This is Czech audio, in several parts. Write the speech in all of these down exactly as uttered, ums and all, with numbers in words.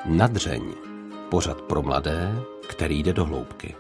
Nadřeň. Pořad pro mladé, který jde do hloubky.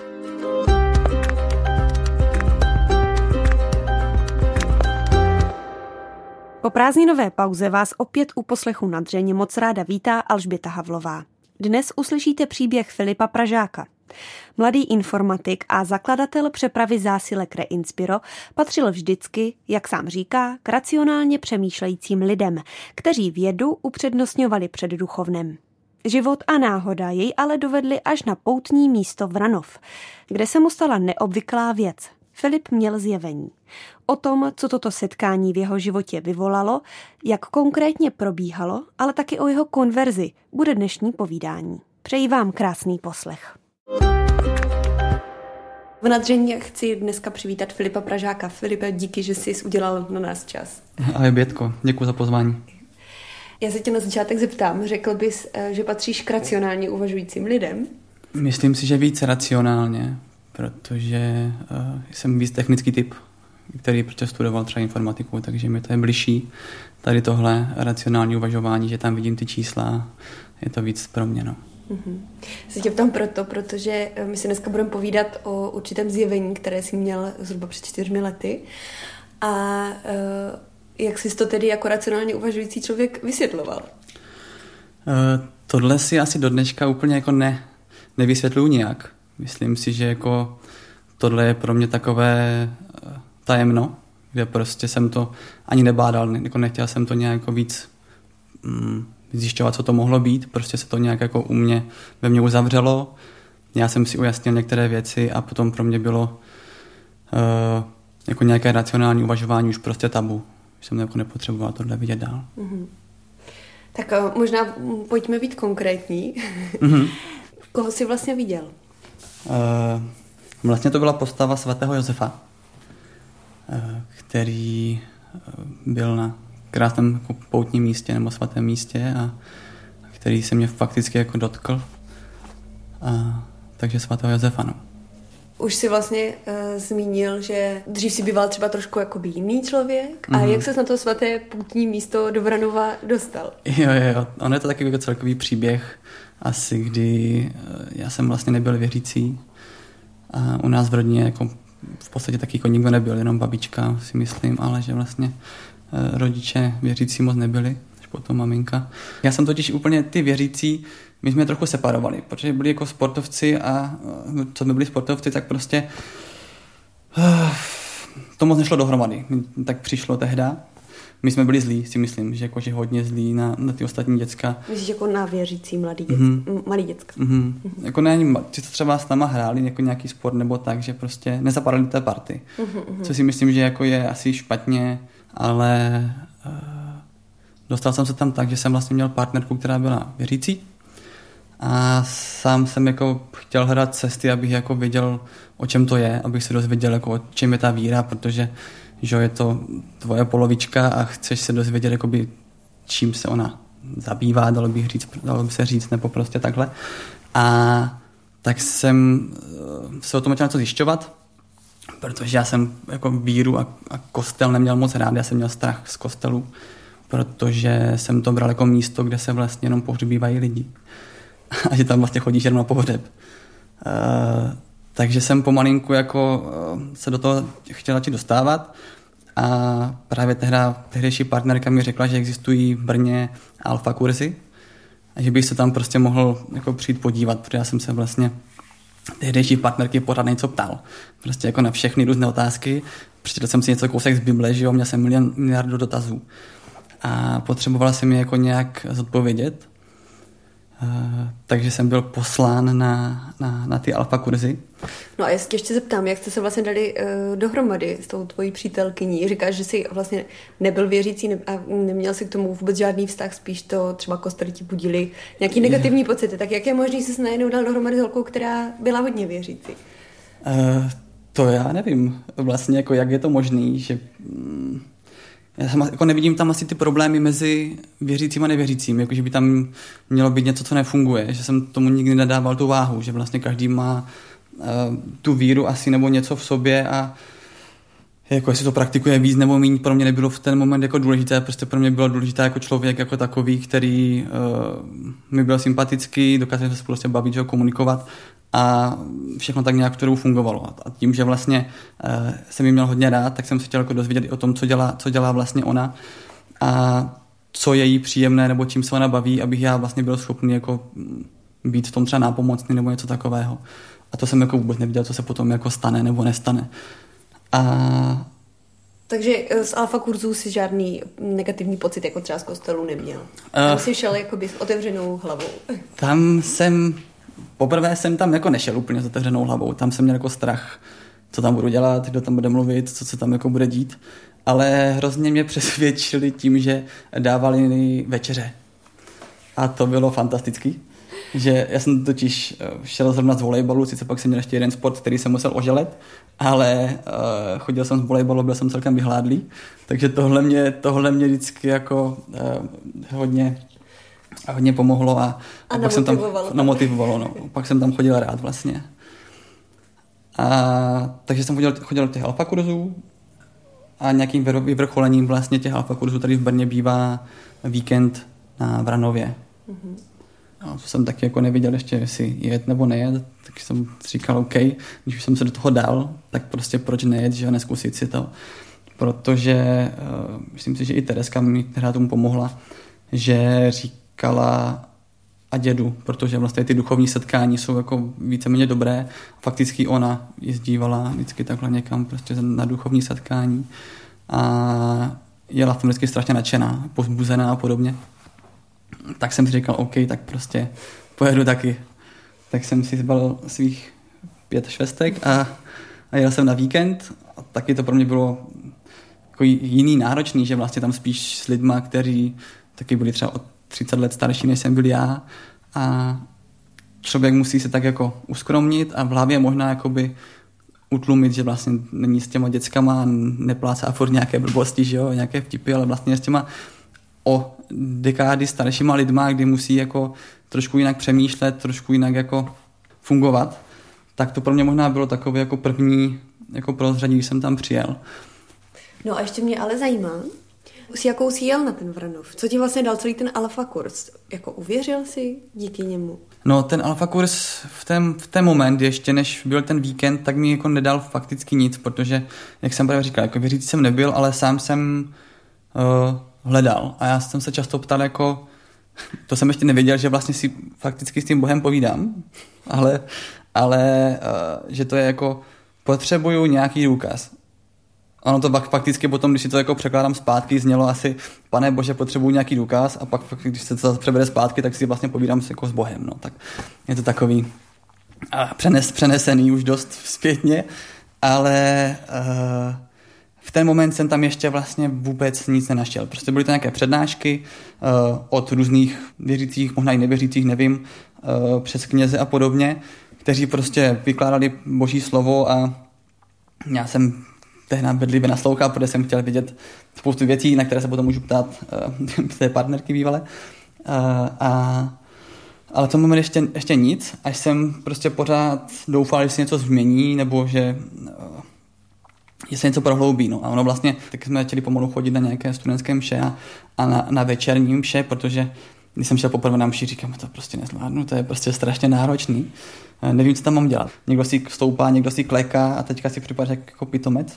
Po prázdninové pauze vás opět u poslechu Nadřeň moc ráda vítá Alžběta Havlová. Dnes uslyšíte příběh Filipa Pražáka. Mladý informatik a zakladatel přepravy zásilek Reinspiro patřil vždycky, jak sám říká, k racionálně přemýšlejícím lidem, kteří vědu upřednostňovali před duchovnem. Život a náhoda jej ale dovedli až na poutní místo Vranov, kde se mu stala neobvyklá věc. Filip měl zjevení. O tom, co toto setkání v jeho životě vyvolalo, jak konkrétně probíhalo, ale taky o jeho konverzi, bude dnešní povídání. Přeji vám krásný poslech. V Nadřeň chci dneska přivítat Filipa Pražáka. Filipe, díky, že jsi udělal na nás čas. Ahoj Bětko, děkuji za pozvání. Já se tě na začátek zeptám, řekl bys, že patříš k racionálně uvažujícím lidem? Myslím si, že víc racionálně, protože uh, jsem víc technický typ, který protože studoval třeba informatiku, takže mi to je bližší. Tady tohle racionální uvažování, že tam vidím ty čísla, je to víc pro mě, no. Mm-hmm. Se tě ptám proto, protože my si dneska budeme povídat o určitém zjevení, které jsi měl zhruba před čtyřmi lety. A uh, jak jsi to tedy jako racionálně uvažující člověk vysvětloval? Uh, tohle si asi do dneška úplně jako ne, nevysvětluju nijak. Myslím si, že jako tohle je pro mě takové uh, tajemno, kde prostě jsem to ani nebádal, jako nechtěl jsem to nějak jako víc um, zjišťovat, co to mohlo být, prostě se to nějak jako u mě, ve mně uzavřelo. Já jsem si ujasnil některé věci a potom pro mě bylo uh, jako nějaké racionální uvažování už prostě tabu. Už jsem jako nepotřeboval tohle vidět dál. Mm-hmm. Tak uh, možná pojďme být konkrétní. Mm-hmm. Koho jsi vlastně viděl? Uh, vlastně to byla postava svatého Josefa, uh, který uh, byl na krásném jako poutním místě nebo svatém místě a který se mě fakticky jako dotkl. A, takže svatého Josefa, no. Už jsi vlastně uh, zmínil, že dřív si býval třeba trošku jakoby jiný člověk. Mm-hmm. A jak ses na to svaté poutní místo do Vranova dostal? Jo, jo, ono je to takový jako celkový příběh asi, kdy uh, já jsem vlastně nebyl věřící a u nás v rodině jako v podstatě taky jako nikdo nebyl, jenom babička si myslím, ale že vlastně rodiče věřící moc nebyli, až potom maminka. Já jsem totiž úplně ty věřící, my jsme je trochu separovali, protože byli jako sportovci a co jsme byli sportovci, tak prostě to moc nešlo dohromady. Tak přišlo tehda. My jsme byli zlí, si myslím, že jakože hodně zlí na, na ty ostatní děcka. Myslíš jako na věřící mladý děcka? Mm-hmm. Malý děcka. Mm-hmm. Mm-hmm. Jako ne, ti to třeba s náma hráli jako nějaký sport nebo tak, že prostě nezapadali do té party. Mm-hmm. Co si myslím, že jako je asi špatně, ale uh, dostal jsem se tam tak, že jsem vlastně měl partnerku, která byla věřící a sám jsem jako chtěl hledat cesty, abych jako věděl, o čem to je, abych se dozvěděl, jako o čem je ta víra, protože že je to tvoje polovička a chceš se dozvědět, jakoby, čím se ona zabývá, dalo by, říct, dalo by se říct, nebo prostě takhle. A tak jsem se o tom chtěl něco zjišťovat, protože já jsem jako víru a, a kostel neměl moc rád, já jsem měl strach z kostelu, protože jsem to bral jako místo, kde se vlastně jenom pohřbívají lidi. A že tam vlastně chodíš jenom na pohřeb. Uh, takže jsem pomalinku jako uh, se do toho chtěl začít dostávat a právě tehda, tehdejší partnerka mi řekla, že existují v Brně alfa kurzy a že bych se tam prostě mohl jako přijít podívat, protože já jsem se vlastně tehdejší partnerky pořád něco ptal. Prostě jako na všechny různé otázky. Přečetl jsem si něco kousek z Bible, že jo, měl jsem milion, miliardu dotazů. A potřeboval jsem je jako nějak zodpovědět. Uh, takže jsem byl poslán na, na, na ty alfa kurzy. No a já se ještě zeptám, jak jste se vlastně dali uh, dohromady s tou tvojí přítelkyní? Říkáš, že jsi vlastně nebyl věřící ne- a neměl si k tomu vůbec žádný vztah, spíš to třeba kostely ti budili nějaký negativní je. pocity. Tak jak je možný, že jsi se najednou dal dohromady s holkou, která byla hodně věřící? Uh, to já nevím. Vlastně jako jak je to možný, že... Mm, já jsem, jako nevidím tam asi ty problémy mezi věřícím a nevěřícím, jako že by tam mělo být něco, co nefunguje, že jsem tomu nikdy nedával tu váhu, že vlastně každý má uh, tu víru asi nebo něco v sobě a jako jestli to praktikuje víc nebo méně, pro mě nebylo v ten moment jako důležité, prostě pro mě bylo důležité jako člověk jako takový, který uh, mi byl sympatický, dokázal se prostě bavit, že komunikovat a všechno tak nějak v kterou fungovalo. A tím, že vlastně uh, jsem ji měl hodně rád, tak jsem se chtěl jako dozvědět i o tom, co dělá, co dělá vlastně ona a co je jí příjemné nebo čím se ona baví, abych já vlastně byl schopný jako být v tom třeba nápomocný nebo něco takového. A to jsem jako vůbec neviděl, co se potom jako stane nebo nestane. A... Takže z alfa kurzů si žádný negativní pocit jako třeba z kostelu neměl? Tam uh, jsi šel jakoby s otevřenou hlavou? Tam jsem, poprvé jsem tam jako nešel úplně s otevřenou hlavou. Tam jsem měl jako strach, co tam budu dělat, kdo tam bude mluvit, co se tam jako bude dít. Ale hrozně mě přesvědčili tím, že dávali večeře. A to bylo fantastický. Že já jsem totiž šel zrovna z volejbalu, sice pak jsem měl ještě jeden sport, který jsem musel oželet, ale uh, chodil jsem z volejbalu, byl jsem celkem vyhládlý, takže tohle mě, tohle mě vždycky jako uh, hodně, hodně pomohlo a, a, a pak jsem tam namotivovalo, no. Pak jsem tam chodil rád vlastně. A, takže jsem chodil, chodil do těch alfa kurzů a nějakým vyvrcholením vlastně těch alfa kurzů tady v Brně bývá víkend na Vranově. Mm-hmm. No, to jsem taky jako nevěděl ještě, jestli jet nebo nejet, tak jsem říkal OK, když už jsem se do toho dal, tak prostě proč nejet, že neskusit si to. Protože uh, myslím si, že i Tereska mi, která tomu pomohla, že říkala a dědu, protože vlastně ty duchovní setkání jsou jako víceméně dobré. Fakticky ona jezdívala vždycky takhle někam prostě na duchovní setkání a jela v tom vždycky strašně nadšená, povzbuzená a podobně. Tak jsem si říkal, OK, tak prostě pojedu taky. Tak jsem si zbalil svých pět švestek a, a jel jsem na víkend. A taky to pro mě bylo jako jiný náročný, že vlastně tam spíš s lidma, kteří taky byli třeba o třicet let starší, než jsem byl já. A člověk musí se tak jako uskromnit a v hlavě možná jakoby utlumit, že vlastně není s těma dětskama, neplácá furt nějaké blbosti, že jo, nějaké vtipy, ale vlastně s těma o dekády staršíma lidma, kdy musí jako trošku jinak přemýšlet, trošku jinak jako fungovat, tak to pro mě možná bylo takové jako první jako prozřadí, když jsem tam přijel. No a ještě mě ale zajímá, s jakou jsi jel na ten Vranov? Co ti vlastně dal celý ten alfa kurz? Jako uvěřil jsi díky němu? No ten alfa kurz v ten, v ten moment, ještě než byl ten víkend, tak mi jako nedal fakticky nic, protože, jak jsem právě říkal, jako věřící jsem nebyl, ale sám jsem uh, hledal. A já jsem se často ptal, jako, to jsem ještě nevěděl, že vlastně si fakticky s tím Bohem povídám, ale, ale uh, že to je jako, potřebuju nějaký důkaz. Ono to pak fakticky potom, když si to jako překládám zpátky, znělo asi, Pane Bože, potřebuju nějaký důkaz a pak, když se to přebere zpátky, tak si vlastně povídám se jako s Bohem. No. Tak je to takový uh, přenes, přenesený už dost zpětně, ale uh, v ten moment jsem tam ještě vlastně vůbec nic nenašel. Prostě byly to nějaké přednášky uh, od různých věřících, možná i nevěřících, nevím, uh, přes kněze a podobně, kteří prostě vykládali Boží slovo a já jsem tehdy bedlivě naslouchal, protože jsem chtěl vidět spoustu věcí, na které se potom můžu ptát uh, té partnerky bývalé. Uh, a, ale v tom moment ještě, ještě nic, až jsem prostě pořád doufal, že se něco změní, nebo že uh, že se něco prohloubí. No. A ono vlastně, tak jsme začali pomalu chodit na nějaké studentské mše a, a na, na večerní mše, protože když jsem šel poprvé na mši, říkám, to prostě nezvládnu, to je prostě strašně náročný. Uh, nevím, co tam mám dělat. Někdo si stoupá, někdo si kleká a teďka si připadá jako pitomec.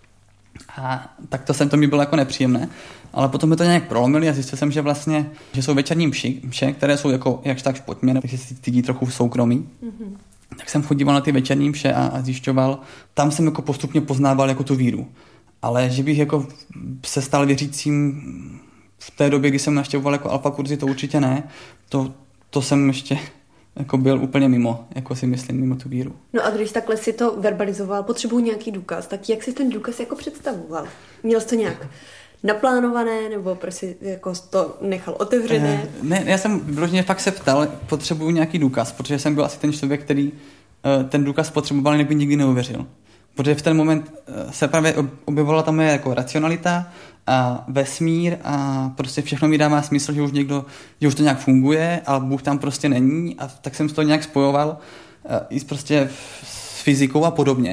A tak to jsem, to mi bylo jako nepříjemné, ale potom mi to nějak prolomili a zjistil jsem, že vlastně, že jsou večerní mši, mše, které jsou jako jakž tak špotně, takže si cítí trochu v soukromí. Mm-hmm. Tak jsem chodíval na ty večerní mše a, a zjišťoval, tam jsem jako postupně poznával jako tu víru. Ale že bych jako se stal věřícím v té době, kdy jsem navštěvoval jako alfa kurzy, to určitě ne. To, to jsem ještě jako byl úplně mimo, jako si myslím, mimo tu víru. No a když takhle si to verbalizoval, potřebuji nějaký důkaz, tak jak si ten důkaz jako představoval? Měl jsi to nějak naplánované, nebo prostě jako to nechal otevřené? Eh, ne, já jsem vyloženě fakt se ptal, potřebuji nějaký důkaz, protože jsem byl asi ten člověk, který uh, ten důkaz potřeboval, neby nikdy neuvěřil. Protože v ten moment uh, se právě objevovala tam moje jako racionalita a vesmír a prostě všechno mi dává smysl, že už někdo, že už to nějak funguje, ale Bůh tam prostě není a tak jsem to nějak spojoval uh, i prostě s fyzikou a podobně.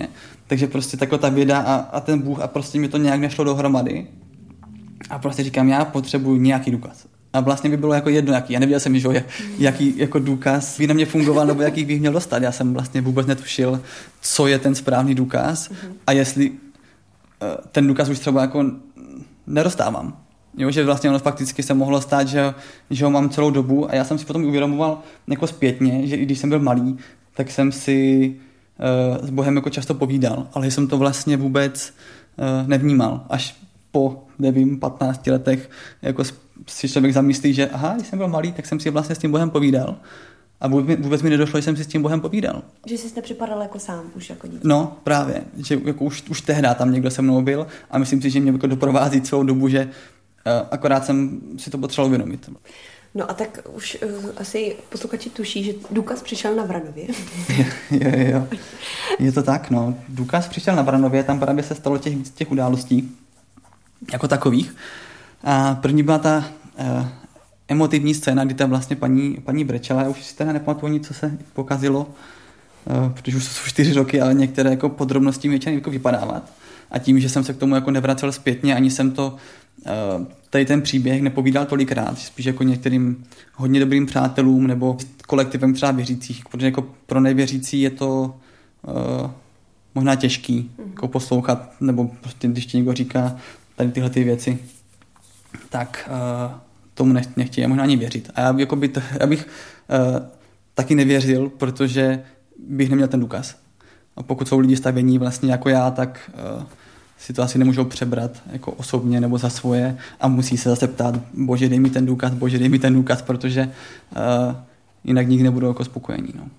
Takže prostě takhle ta věda a, a ten Bůh a prostě mi to nějak nešlo dohromady. A prostě říkám, já potřebuji nějaký důkaz. A vlastně by bylo jako jedno jaký. Já nevěděl jsem, že je, jaký jako důkaz by na mě fungoval, nebo jaký bych měl dostat. Já jsem vlastně vůbec netušil, co je ten správný důkaz a jestli ten důkaz už třeba jako nedostávám. Jo, že vlastně ono fakticky se mohlo stát, že, že ho mám celou dobu a já jsem si potom uvědomoval jako zpětně, že i když jsem byl malý, tak jsem si uh, s Bohem jako často povídal, ale jsem to vlastně vůbec uh, nevnímal. Až po, nevím, patnácti letech jako si člověk zamyslí, že aha, když jsem byl malý, tak jsem si vlastně s tím Bohem povídal a vůbec, vůbec mi nedošlo, že jsem si s tím Bohem povídal. Že jsi nepřipadal jako sám už jako dítě. No, právě, že jako už, už tehdy tam někdo se mnou byl a myslím si, že mě jako doprovází celou dobu, že uh, akorát jsem si to potřeboval uvědomit. No a tak už uh, asi posluchači tuší, že důkaz přišel na Vranově. jo, jo, jo. Je to tak, no. Důkaz přišel na Vranově, tam právě se stalo těch víc těch událostí jako takových. A první byla ta uh, emotivní scéna, kdy tam vlastně paní, paní brečela. Já už si teda nepamatuju nic, co se pokazilo, uh, protože už jsou čtyři roky, ale některé jako podrobnosti mi jako vypadávat. A tím, že jsem se k tomu jako nevracel zpětně, ani jsem to uh, tady ten příběh nepovídal tolikrát, spíš jako některým hodně dobrým přátelům nebo kolektivem třeba věřících, protože jako pro nevěřící je to uh, možná těžký mm. jako poslouchat, nebo prostě když ti někdo říká tady tyhle ty věci, tak uh, tomu nech, nechtějí možná ani věřit. A já, jako by to, já bych uh, taky nevěřil, protože bych neměl ten důkaz. A pokud jsou lidi stavění vlastně jako já, tak uh, si to asi nemůžou přebrat jako osobně nebo za svoje a musí se zase ptát, bože, dej mi ten důkaz, bože, dej mi ten důkaz, protože uh, jinak nikdy nebudou jako spokojení. No.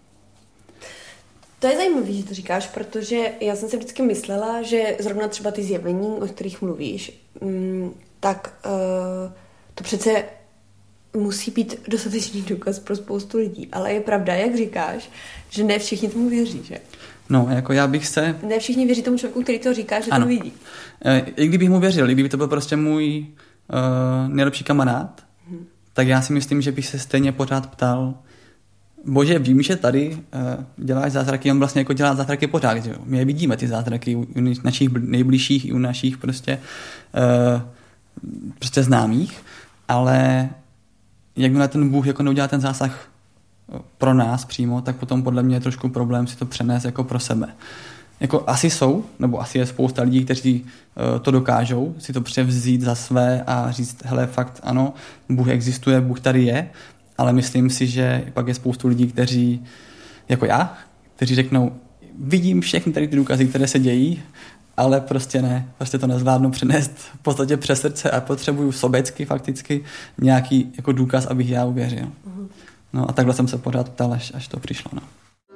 To je zajímavé, že to říkáš, protože já jsem si vždycky myslela, že zrovna třeba ty zjevení, o kterých mluvíš, mm, tak uh, to přece musí být dostatečný důkaz pro spoustu lidí. Ale je pravda, jak říkáš, že ne všichni tomu věří, že? No, jako já bych se... Ne všichni věří tomu člověku, který to říká, že ano. to vidí. I kdybych mu věřil, i kdyby to byl prostě můj uh, nejlepší kamarád, hmm. tak já si myslím, že bych se stejně pořád ptal, bože, vím, že tady uh, děláš zázraky, on vlastně jako dělá zázraky pořád, že jo? My je vidíme, ty zázraky u, u našich nejbližších i u našich prostě, uh, prostě známých, ale jakmile ten Bůh jako neudělá ten zásah pro nás přímo, tak potom podle mě je trošku problém si to přenést jako pro sebe. Jako asi jsou, nebo asi je spousta lidí, kteří uh, to dokážou, si to převzít za své a říct, hele, fakt ano, Bůh existuje, Bůh tady je, ale myslím si, že pak je spoustu lidí, kteří, jako já, kteří řeknou, vidím všechny tady ty důkazy, které se dějí, ale prostě ne, prostě to nezvládnu přenést v podstatě přes srdce a potřebuju sobecky fakticky nějaký jako důkaz, abych já uvěřil. Uh-huh. No a takhle jsem se pořád ptal, až, až to přišlo. No.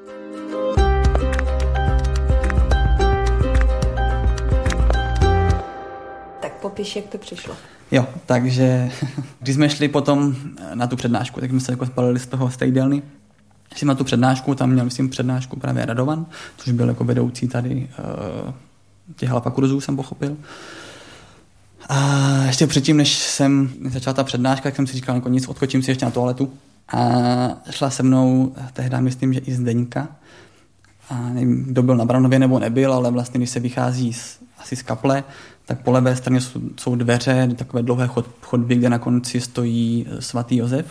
Tak popiš, jak to přišlo. Jo, takže když jsme šli potom na tu přednášku, tak jsme se jako spalili z toho stejdelny. Šli na tu přednášku, tam měl, myslím, přednášku právě Radovan, což byl jako vedoucí tady uh, těch Halapa kurzů, jsem pochopil. A ještě předtím, než jsem začala ta přednáška, tak jsem si říkal, jako nic, odkočím si ještě na toaletu. A šla se mnou tehdy, myslím, že i Zdeňka. A nevím, kdo byl na Branově nebo nebyl, ale vlastně, když se vychází z, asi z kaple, tak po levé straně jsou, jsou dveře, takové dlouhé chod, chodby, kde na konci stojí svatý Josef.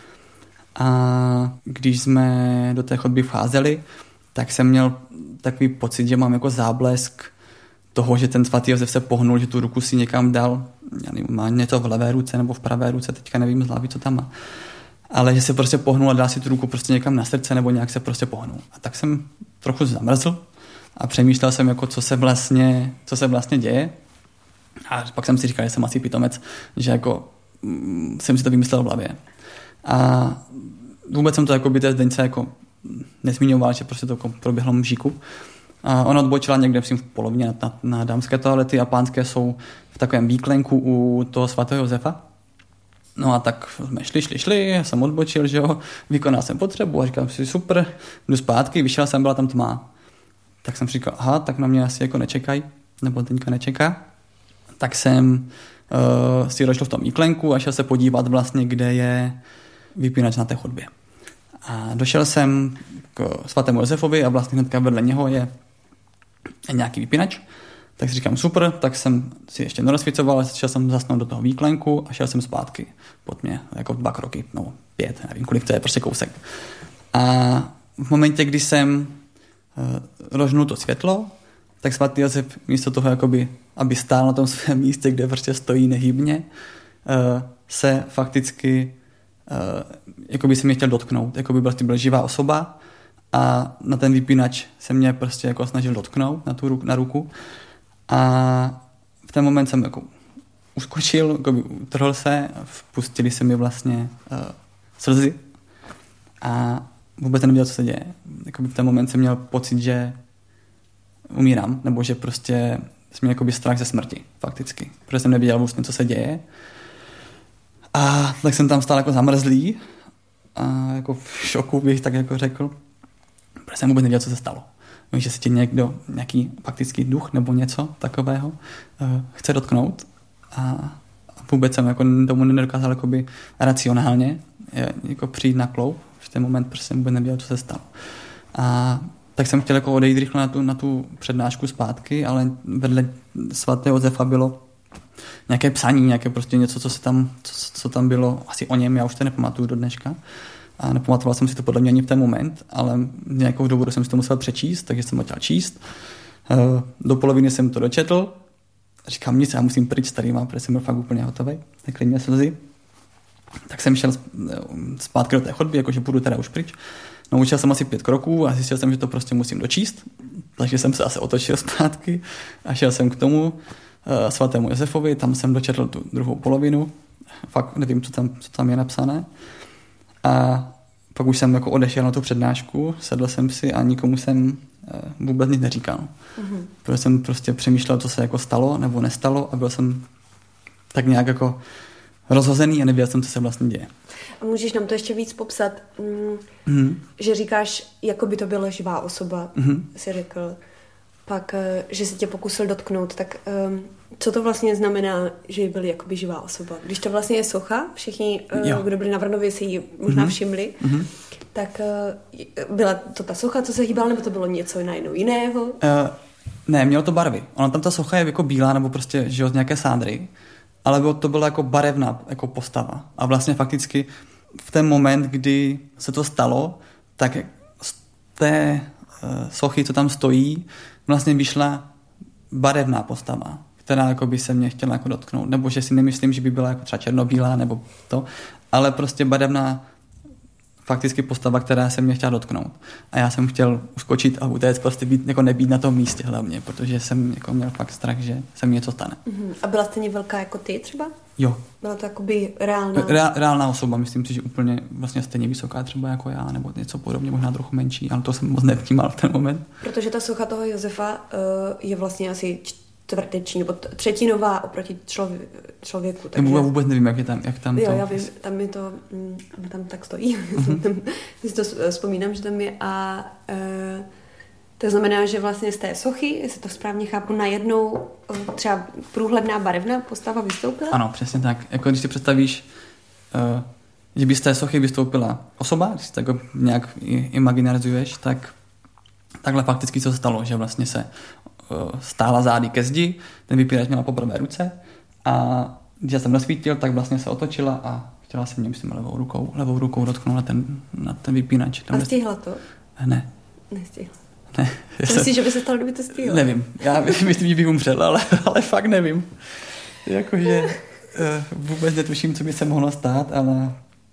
A když jsme do té chodby vcházeli, tak jsem měl takový pocit, že mám jako záblesk toho, že ten svatý Josef se pohnul, že tu ruku si někam dal, já nevím, má něco v levé ruce nebo v pravé ruce, teďka nevím z hlavy, co tam má. Ale že se prostě pohnul a dal si tu ruku prostě někam na srdce nebo nějak se prostě pohnul. A tak jsem trochu zamrzl a přemýšlel jsem, jako, co se vlastně, co se vlastně děje. A pak jsem si říkal, že jsem asi pitomec, že jako mm, jsem si to vymyslel v hlavě. A vůbec jsem to jako by té Zdeňce jako nezmiňoval, že prostě to jako proběhlo mžíku. A ona odbočila někde v polovině na, na, na dámské toalety a pánské jsou v takovém výklenku u toho svatého Josefa. No a tak jsme šli, šli, šli, já jsem odbočil, že jo, vykonal jsem potřebu a říkal si super, jdu zpátky, vyšel jsem, byla tam tma. Tak jsem říkal, aha, tak na mě asi jako nečekají, nebo teďka nečeká. Tak jsem uh, si došel v tom výklenku a šel se podívat vlastně, kde je vypínač na té chodbě. A došel jsem k svatému Josefovi a vlastně hnedka vedle něho je nějaký vypínač. Tak si říkám super, tak jsem si ještě nerozsvícoval, šel jsem zasnout do toho výklenku a šel jsem zpátky pod mě, jako dva kroky, no pět, nevím kolik to je, prostě kousek. A v momentě, kdy jsem uh, rožnul to světlo, tak svatý Josef místo toho, jakoby, aby stál na tom svém místě, kde prostě stojí nehybně, uh, se fakticky uh, jakoby se mě chtěl dotknout, jakoby byl, byl živá osoba a na ten vypínač se mě prostě jako snažil dotknout na, tu, na ruku. A v ten moment jsem jako uskočil, jako by utrhl se, vpustili se mi vlastně uh, slzy a vůbec nevěděl, co se děje. Jakoby v ten moment jsem měl pocit, že umírám, nebo že prostě jsem měl jakoby strach ze smrti, fakticky, protože jsem nevěděl vlastně, co se děje. A tak jsem tam stál jako zamrzlý a jako v šoku bych tak jako řekl, protože jsem vůbec nevěděl, co se stalo. Víš, že se ti někdo, nějaký faktický duch nebo něco takového uh, chce dotknout a vůbec jsem jako tomu nedokázal jakoby racionálně jako přijít na kloub. V ten moment prostě jsem vůbec nevěděl, co se stalo. A tak jsem chtěl jako odejít rychle na tu, na tu přednášku zpátky, ale vedle svatého Josefa bylo nějaké psaní, nějaké prostě něco, co, se tam, co, co tam bylo asi o něm, já už to nepamatuju do dneška. A nepamatoval jsem si to podle mě ani v ten moment, ale nějakou dobu jsem si to musel přečíst, takže jsem to chtěl číst. Do poloviny jsem to dočetl. Říkám nic, já musím pryč tady mám, protože jsem byl fakt úplně hotový. Tekly mě slzy. Tak jsem šel zpátky do té chodby, jakože půjdu teda už pryč. Naučil jsem asi pět kroků a zjistil jsem, že to prostě musím dočíst. Takže jsem se asi otočil zpátky a šel jsem k tomu uh, svatému Josefovi, tam jsem dočetl tu druhou polovinu. Fakt nevím, co tam, co tam je napsané. A pak už jsem jako odešel na tu přednášku, sedl jsem si a nikomu jsem uh, vůbec nic neříkal. Mm-hmm. Protože jsem prostě přemýšlel, co se jako stalo nebo nestalo a byl jsem tak nějak jako rozhozený a nevěděl jsem, co se vlastně děje. A můžeš nám to ještě víc popsat, mm, mm. že říkáš, jako by to byla živá osoba, mm. si řekl, pak, že se tě pokusil dotknout, tak um, co to vlastně znamená, že byl jakoby živá osoba? Když to vlastně je socha, všichni, uh, kdo byli na Vrnově, si ji možná mm. všimli, mm. tak uh, byla to ta socha, co se hýbala, nebo to bylo něco najednou jiného? Uh, ne, mělo to barvy. Ona tam ta socha je jako bílá, nebo prostě že z nějaké sádry, ale bylo, to byla jako barevná jako postava. A vlastně fakticky v ten moment, kdy se to stalo, tak z té uh, sochy, co tam stojí, vlastně vyšla barevná postava, která jako by se mě chtěla jako dotknout. Nebo že si nemyslím, že by byla jako třeba černobílá nebo to, ale prostě barevná fakticky postava, která se mě chtěla dotknout. A já jsem chtěl uskočit a utéct, prostě být, jako nebýt na tom místě hlavně, protože jsem jako měl fakt strach, že se mi něco stane. Uh-huh. A byla stejně velká jako ty třeba? Jo. Byla to jakoby reálná? Reál, reálná osoba, myslím si, že úplně vlastně stejně vysoká třeba jako já, nebo něco podobně, možná trochu menší, ale to jsem moc nevnímal v ten moment. Protože ta socha toho Josefa uh, je vlastně asi čtvrteční nebo třetinová oproti člově- člověku. Takže... Já vůbec nevím, jak je tam, jak tam jo, to... já vím, tam je to, mm, tam tak stojí. Mm-hmm. si to vzpomínám, že tam je a uh, to znamená, že vlastně z té sochy, jestli to správně chápu, najednou třeba průhledná barevná postava vystoupila? Ano, přesně tak. Jako když si představíš, uh, že by z té sochy vystoupila osoba, když si to jako nějak imaginarizuješ, tak takhle fakticky co se stalo, že vlastně se stála zády ke zdi, ten vypínač měla po pravé ruce a když já jsem nasvítil, tak vlastně se otočila a chtěla se mě, myslím, levou rukou, levou rukou dotknout na ten, na ten vypínač. A stihla to? Ne. Nestihla. Ne. Co myslíš, že by se stalo, kdyby to stihla? Nevím. Já myslím, že bych umřel, ale, ale fakt nevím. Jakože uh, vůbec netuším, co by se mohlo stát, ale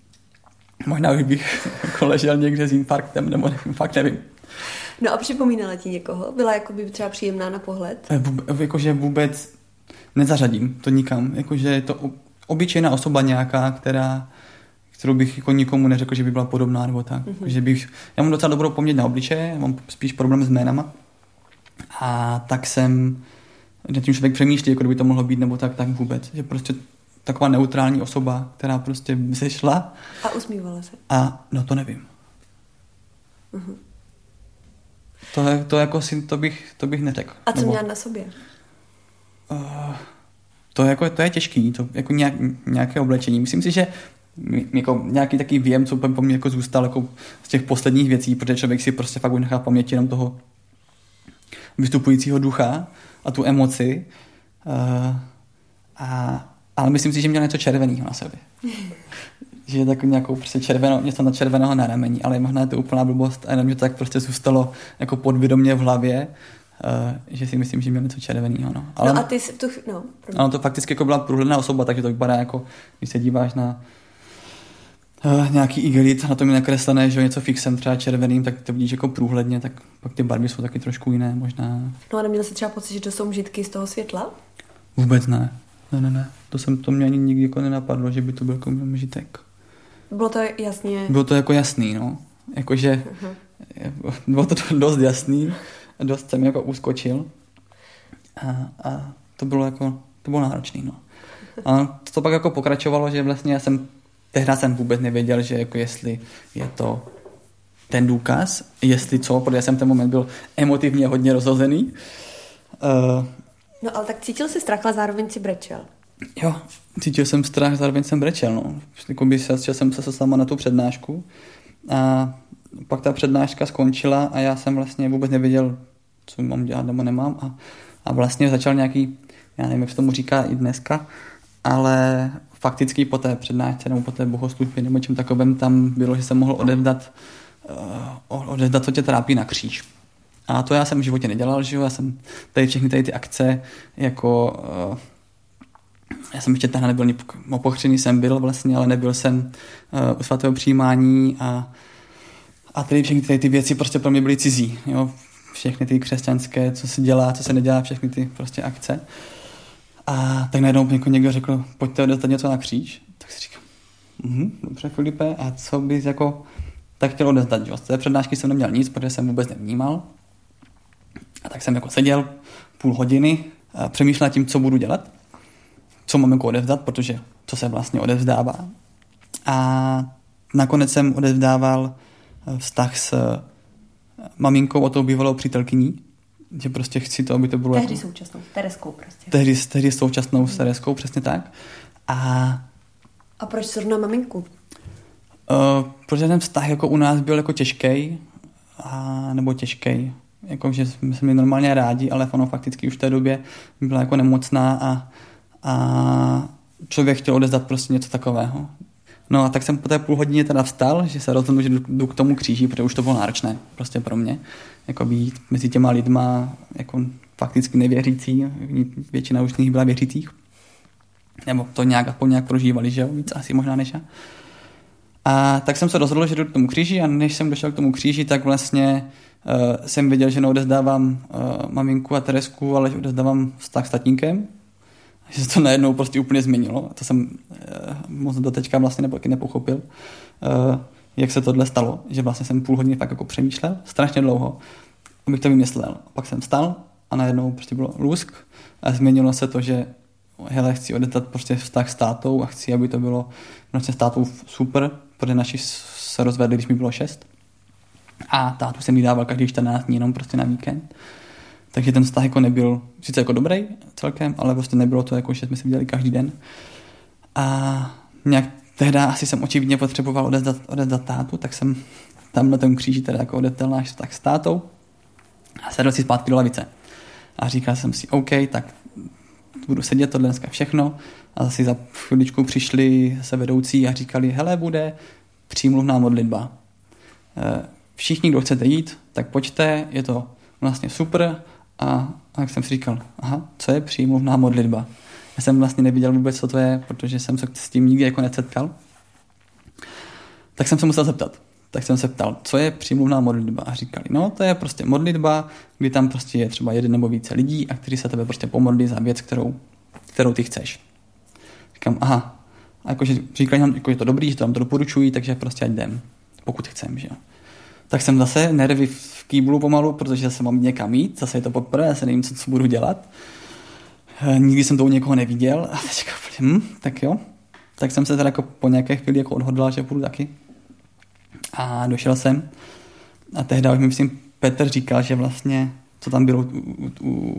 možná už bych jako ležel někde s infarktem, nebo nevím, fakt nevím. No a připomínala ti někoho? Byla jakoby třeba příjemná na pohled? Vůbec, jakože vůbec nezařadím to nikam. Jakože je to obyčejná osoba nějaká, která, kterou bych jako nikomu neřekl, že by byla podobná nebo tak. Mm-hmm. Že bych, já mám docela dobrou paměť na obličeje, mám spíš problém s jménama. A tak jsem, že tím člověk přemýšlí, jako kdyby to mohlo být nebo tak, tak vůbec. Že prostě taková neutrální osoba, která prostě vzešla. A usmívala se? A no to nevím. Mm-hmm. To, to jako si, to bych, to bych neřekl. A co nebo... měla na sobě? Uh, to, jako, to je těžký, to jako nějak, nějaké oblečení. Myslím si, že jako nějaký takový věm, co po mně jako zůstal jako z těch posledních věcí, protože člověk si prostě fakt nechá v paměti jenom toho vystupujícího ducha a tu emoci. Uh, a, ale myslím si, že měl něco červeného na sobě. Že je takový nějakou prostě červenou, něco na červeného na rameni, ale možná je to úplná blbost a jenom mě to tak prostě zůstalo jako podvědomě v hlavě, uh, že si myslím, že měl něco červeného. No. Ale no a ty jsi tu... No, ano, to fakticky jako byla průhledná osoba, takže to vypadá jako, když se díváš na uh, nějaký igelit, na tom je nakreslené, že něco fixem třeba červeným, tak to vidíš jako průhledně, tak pak ty barvy jsou taky trošku jiné možná. No a neměl jsi třeba pocit, že to jsou žitky z toho světla? Vůbec ne. Ne, ne, ne. To, jsem, to mě ani nikdy jako nenapadlo, že by to byl jako žitek. Bylo to jasně... Bylo to jako jasný, no. Jakože uh-huh. bylo to dost jasný, dost jsem jako uskočil a, a to bylo jako, to bylo náročný, no. A to pak jako pokračovalo, že vlastně já jsem, tehdy jsem vůbec nevěděl, že jako jestli je to ten důkaz, jestli co, protože jsem ten moment byl emotivně hodně rozhozený. Uh, no ale tak cítil jsi strach, ale zároveň si brečel. Jo, cítil jsem strach, zároveň jsem brečel, no. Jakoby šel jsem se sama na tu přednášku a pak ta přednáška skončila a já jsem vlastně vůbec nevěděl, co mám dělat nebo nemám a, a vlastně začal nějaký, já nevím, jak se tomu říká i dneska, ale fakticky po té přednášce nebo po té bohoslužbě nebo čem takovém tam bylo, že jsem mohl odevzdat, uh, odevzdat, co tě trápí na kříž. A to já jsem v životě nedělal, že jo, já jsem tady všechny tady ty akce jako... Uh, Já jsem ještě tehdy nebyl, opochřený jsem byl vlastně, ale nebyl jsem uh, u svatého přijímání a, a tady všechny ty, ty věci prostě pro mě byly cizí. Jo? Všechny ty křesťanské, co se dělá, co se nedělá, všechny ty prostě akce. A tak najednou jako někdo řekl, pojďte odevzdat něco na kříž. Tak si říkám, mhm, dobře Filipe, a co bys jako tak chtěl odevzdat? Jo? Z té přednášky jsem neměl nic, protože jsem vůbec nevnímal. A tak jsem jako seděl půl hodiny a přemýšlel tím, co budu dělat. Co mám jako odevzdat, protože co se vlastně odevzdává. A nakonec jsem odevzdával vztah s maminkou o tou bývalou přítelkyní, že prostě chci to, aby to bylo... Tehdy jako, současnou, Tereskou prostě. Tehdy, tehdy současnou hmm. s Tereskou, přesně tak. A, a proč zrovna maminku? Uh, protože ten vztah jako u nás byl jako těžký, a, nebo těžký, jako že jsme měli normálně rádi, ale ono fakticky už v té době byla jako nemocná a a člověk chtěl odevzdat prostě něco takového. No a tak jsem po té půl hodině teda vstal, že se rozhodl, že jdu k tomu kříži, protože už to bylo náročné prostě pro mě. Jako být mezi těma lidma jako fakticky nevěřící, většina už z nich byla věřících. Nebo to nějak aspoň nějak prožívali, že jo, víc asi možná než já. A tak jsem se rozhodl, že jdu k tomu kříži a než jsem došel k tomu kříži, tak vlastně uh, jsem věděl, že neodezdávám uh, maminku a Teresku, ale že odezdávám vztah s tatínkem. Že se to najednou prostě úplně změnilo. To jsem uh, moc do teďka vlastně nebo nepochopil, uh, jak se tohle stalo. Že vlastně jsem půl hodiny fakt jako přemýšlel, strašně dlouho, abych to vymyslel. Pak jsem vstal a najednou prostě bylo lusk a změnilo se to, že hele, chci odezdat prostě vztah s tátou a chci, aby to bylo vlastně s tátou super, protože naši se rozvedli, když mi bylo šest. A tátu jsem jí dával každý čtrnáct dní jenom prostě na víkend. Takže ten vztah jako nebyl sice jako dobrý celkem, ale prostě nebylo to jako, že jsme si viděli každý den. A nějak tehdy asi jsem očividně potřeboval odezdat, odezdat tátu, tak jsem tam na tom kříži teda jako odevzdal náš vztah s tátou a sedl si zpátky do lavice. A říkal jsem si, OK, tak budu sedět, tohle dneska všechno. A zase za chviličku přišli se vedoucí a říkali, hele, bude přímluvná modlitba. Všichni, kdo chcete jít, tak pojďte, je to vlastně super. A, a jak jsem si říkal, aha, co je přímluvná modlitba? Já jsem vlastně neviděl vůbec, co to je, protože jsem se s tím nikdy jako nesetkal. Tak jsem se musel zeptat. Tak jsem se ptal, co je přímluvná modlitba? A říkali, no to je prostě modlitba, kdy tam prostě je třeba jeden nebo více lidí a kteří se tebe prostě pomodlí za věc, kterou, kterou ty chceš. Říkám, aha. A jakože říkali nám, jako je to dobrý, že to vám to doporučují, takže prostě ať jdem, pokud chcem, že jo. Tak jsem zase nervy v kýblu pomalu, protože zase mám někam jít, zase je to poprvé, zase nevím, co, co budu dělat. E, nikdy jsem to u někoho neviděl a teď hm, tak jo. Tak jsem se teda jako po nějaké chvíli jako odhodlal, že půjdu taky. A došel jsem a tehdy už mi myslím Petr říkal, že vlastně, co tam bylo, u, u, u,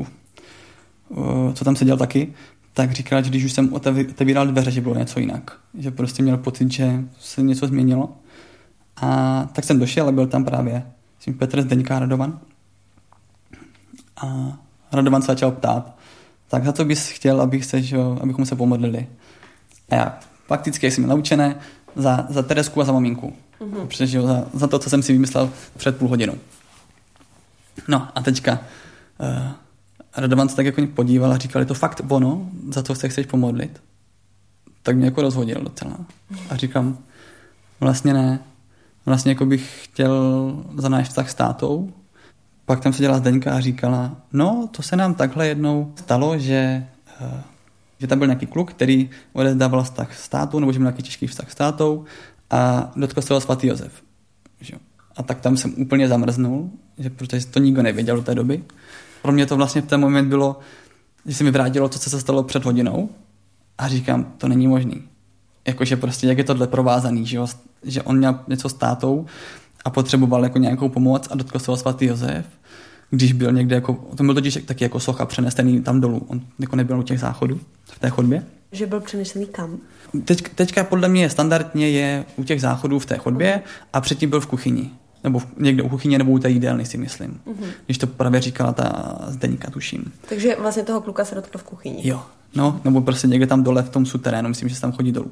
co tam seděl taky, tak říkal, že když už jsem otevíral dveře, že bylo něco jinak. Že prostě měl pocit, že se něco změnilo. A tak jsem došel a byl tam právě myslím, Petr Zdeňka Radovan. A Radovan se začal ptát, tak za to bys chtěl, abych se, že, abychom se pomodlili. A já fakticky, jak jsem měl naučené, za, za Teresku a za maminku. Mm-hmm. Protože za, za to, co jsem si vymyslel před půl hodinou. No a teďka uh, Radovan se tak jako podíval a říkal, je to fakt ono, za to se chceš pomodlit? Tak mě jako rozhodil docela. A říkám, vlastně ne. Vlastně jako bych chtěl za náš vztah s tátou. Pak tam seděla Zdeňka a říkala, no to se nám takhle jednou stalo, že, uh, že tam byl nějaký kluk, který odezdával vztah s tátou, nebo že měl nějaký těžký vztah s tátou a dotkl se ho svatý Josef. Že? A tak tam jsem úplně zamrznul, že protože to nikdo nevěděl do té doby. Pro mě to vlastně v ten moment bylo, že se mi vrátilo to, co se stalo před hodinou a říkám, to není možný. Jakože prostě, jak je tohle provázaný, že, jo? Že on měl něco s tátou a potřeboval jako nějakou pomoc a dotkl se ho svatý Josef, když byl někde jako, to byl totiž taky jako socha přenesený tam dolů, on jako nebyl u těch záchodů v té chodbě. Že byl přenesený kam? Teď, teďka podle mě standardně je u těch záchodů v té chodbě a předtím byl v kuchyni. Nebo v, někde u kuchyně nebo u té jídelny, si myslím. Uh-huh. Když to právě říkala ta Zdeňka, tuším. Takže vlastně toho kluka se dotkl v kuchyni. Jo, no, nebo prostě někde tam dole v tom suterénu, myslím, že se tam chodí dolů.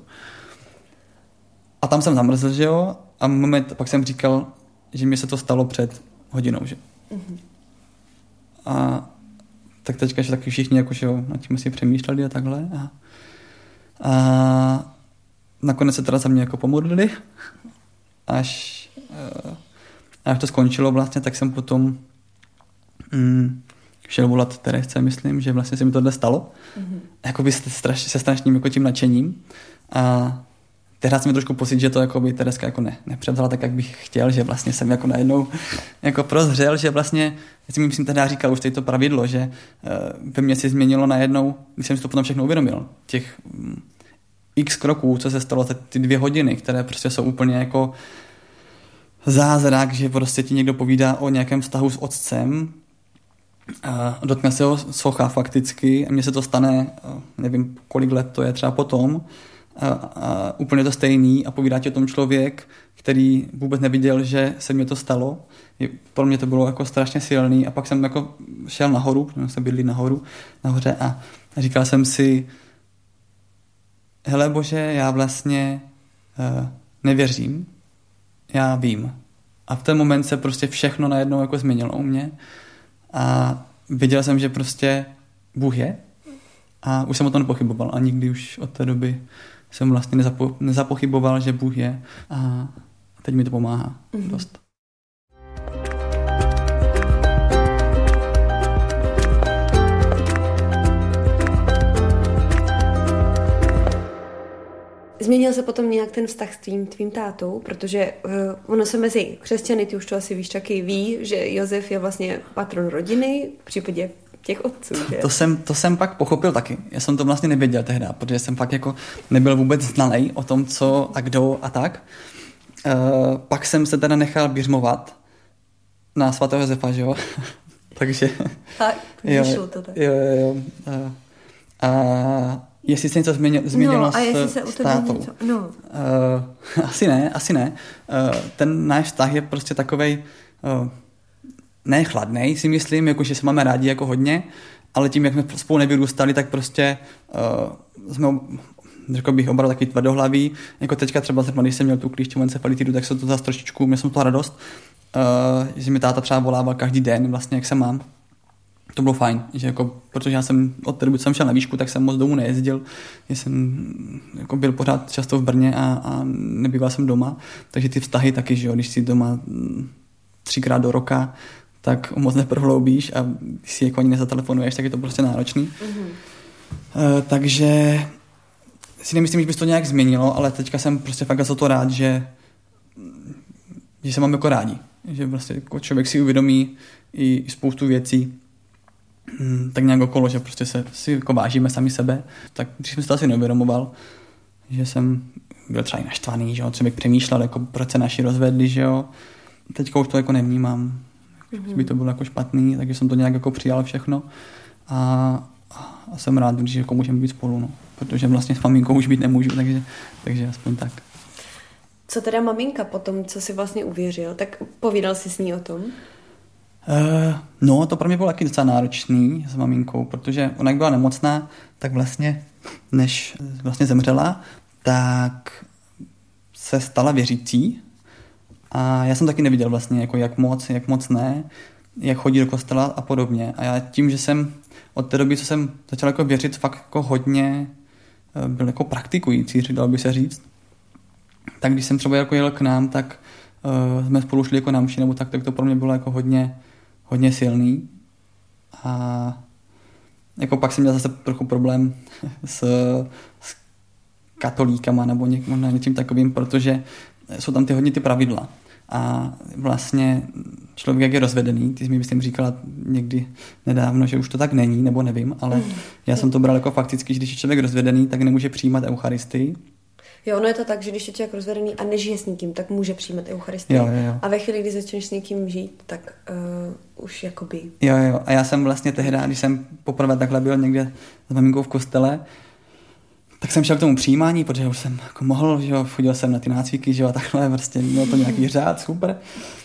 A tam jsem zamrzl, že jo, a moment, pak jsem říkal, že mi se to stalo před hodinou, že. Uh-huh. A tak teďka, že taky všichni jako, že jo, nad tím si přemýšleli a takhle. A, a nakonec se teda za mě jako pomodlili, až a až to skončilo vlastně, tak jsem potom mm, šel volat Teresce, myslím, že vlastně se mi tohle stalo. Mm-hmm. Jakoby se, straš, se strašným jako tím nadšením. A tehdy jsem mi trošku pocit, že to jakoby Tereska jako ne, nepřevzala tak, jak bych chtěl, že vlastně jsem jako najednou jako prozřel, že vlastně, já si myslím, tehdy říkal už to pravidlo, že uh, ve mně si změnilo najednou, když jsem si to potom všechno uvědomil, těch um, x kroků, co se stalo za ty dvě hodiny, které prostě jsou úplně jako zázrak, že prostě ti někdo povídá o nějakém vztahu s otcem a dotkne se ho socha fakticky a mně se to stane, nevím kolik let to je třeba potom a, a úplně to stejný a povídá ti o tom člověk, který vůbec neviděl, že se mi to stalo. Pro mě to bylo jako strašně silný a pak jsem jako šel nahoru, protože jsme byli nahoru, nahoře a říkal jsem si, hele Bože, já vlastně uh, nevěřím, já vím. A v ten moment se prostě všechno najednou jako změnilo u mě a viděl jsem, že prostě Bůh je a už jsem o tom nepochyboval a nikdy už od té doby jsem vlastně nezapo- nezapochyboval, že Bůh je a teď mi to pomáhá mm-hmm. dost. Změnil se potom nějak ten vztah s tvým, tvým tátou, protože uh, ono se mezi křesťany, ty už to asi víš, taky ví, že Josef je vlastně patron rodiny, v případě těch otců. Že? To jsem, to jsem pak pochopil taky. Já jsem to vlastně nevěděl tehdy, protože jsem fakt jako nebyl vůbec znalej o tom, co a kdo a tak. Uh, pak jsem se teda nechal běžmovat na svatého Josefa, že jo? Takže... Tak, vyšlo to tak. Jo, jo, jo. Uh, a jestli se něco změnilo, změnilo no, a jestli s, se u s tebe tátou. něco... No. Uh, asi ne, asi ne. Uh, ten náš vztah je prostě takovej uh, ne chladnej, si myslím, jako, že se máme rádi jako hodně, ale tím, jak jsme spolu nevyrůstali, tak prostě uh, jsme, řekl bych, oba takový tvrdohlaví. Jako teďka třeba, když jsem měl tu klíšťovou encefalitidu, tak se to zase trošičku, měl jsem to radost, uh, že mi táta třeba volával každý den, vlastně, jak se mám. To bylo fajn, že jako, protože já jsem od té doby, co jsem šel na výšku, tak jsem moc domů nejezdil. Jsem jako byl pořád často v Brně a, a nebýval jsem doma, takže ty vztahy taky, že jo, když jsi doma třikrát do roka, tak moc neprohloubíš a když si jako ani nezatelefonuješ, tak je to prostě náročný. Mm-hmm. Uh, takže si nemyslím, že by to nějak změnilo, ale teďka jsem prostě fakt za to rád, že, že se mám jako rádi. Že prostě jako člověk si uvědomí i spoustu věcí, tak nějak okolo, že prostě se si jako vážíme sami sebe. Tak když jsem si to asi neuvědomoval, že jsem byl třeba i naštvaný, že jo, člověk přemýšlel, jako proč se naši rozvedli, že jo. Teďka už to jako nevnímám, mm-hmm. že by to bylo jako špatný, takže jsem to nějak jako přijal všechno a, a jsem rád, když jako můžeme být spolu, no. Protože vlastně s maminkou už být nemůžu, takže, takže aspoň tak. Co teda maminka potom, co si vlastně uvěřil, tak povídal jsi s ní o tom? Uh, no, to pro mě bylo taky docela náročný s maminkou, protože ona jak byla nemocná, tak vlastně, než vlastně zemřela, tak se stala věřící a já jsem taky neviděl vlastně, jako jak moc, jak moc ne, jak chodí do kostela a podobně. A já tím, že jsem od té doby, co jsem začal jako věřit, fakt jako hodně byl jako praktikující, dalo by se říct, tak když jsem třeba jako jel k nám, tak uh, jsme spolu šli jako na mši, nebo tak, tak to pro mě bylo jako hodně, hodně silný. A jako pak jsem měl zase trochu problém s, s katolíkama nebo něk, možná něčím takovým, protože jsou tam ty hodně ty pravidla. A vlastně člověk, jak je rozvedený, ty jsi mi myslím říkala někdy nedávno, že už to tak není, nebo nevím, ale já jsem to bral jako fakticky, že když je člověk rozvedený, tak nemůže přijímat eucharistii. Jo, ono je to tak, že když je člověk rozvedený a nežije s nikým, tak může přijímat eucharistii. Jo, jo, jo. A ve chvíli, kdy začneš s někým žít, tak uh, už jakoby... Jo, jo. A já jsem vlastně tehdy, když jsem poprvé takhle byl někde s maminkou v kostele, tak jsem šel k tomu přijímání, protože už jsem jako mohl, že jo, chodil jsem na ty nácviky, že jo, a takhle, prostě mělo to nějaký řád, super.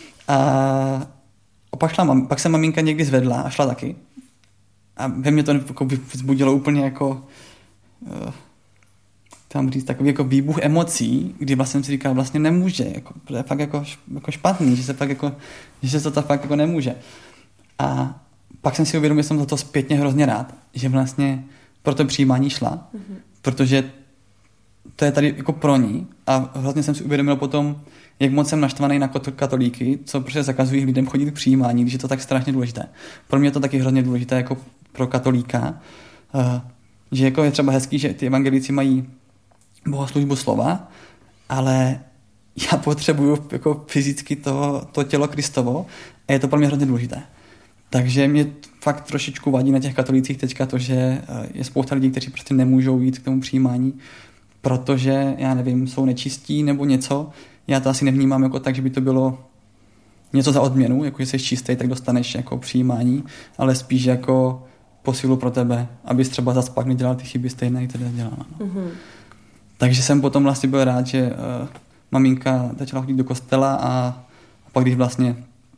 A pak, šla, mam, pak se maminka někdy zvedla a šla taky. A ve mně to jako vzbudilo úplně jako... Uh, tam říct, takový jako výbuch emocí, kdy vlastně jsem si říkal, vlastně nemůže, jako, to je fakt jako, jako špatný, že se fakt jako, že se to fakt jako nemůže. A pak jsem si uvědomil, že jsem za to zpětně hrozně rád, že vlastně pro to přijímání šla, mm-hmm. protože to je tady jako pro ní a vlastně jsem si uvědomil potom, jak moc jsem naštvaný na katolíky, co prostě zakazují lidem chodit k přijímání, když je to tak strašně důležité. Pro mě je to taky hrozně důležité jako pro katolíka, že jako je třeba hezký, že ty evangelíci mají bohoslužbu slova, ale já potřebuju jako fyzicky to, to tělo Kristovo a je to pro mě hrozně důležité. Takže mě fakt trošičku vadí na těch katolících teďka to, že je spousta lidí, kteří prostě nemůžou jít k tomu přijímání, protože, já nevím, jsou nečistí nebo něco. Já to asi nevnímám jako tak, že by to bylo něco za odměnu, jako že jsi čistý, tak dostaneš jako přijímání, ale spíš jako posilu pro tebe, abys třeba zas pak nedělal ty chyby stejné, které dělala. No. Mm-hmm. Takže jsem potom vlastně byl rád, že uh, maminka začala chodit do kostela a, a pak když vlastně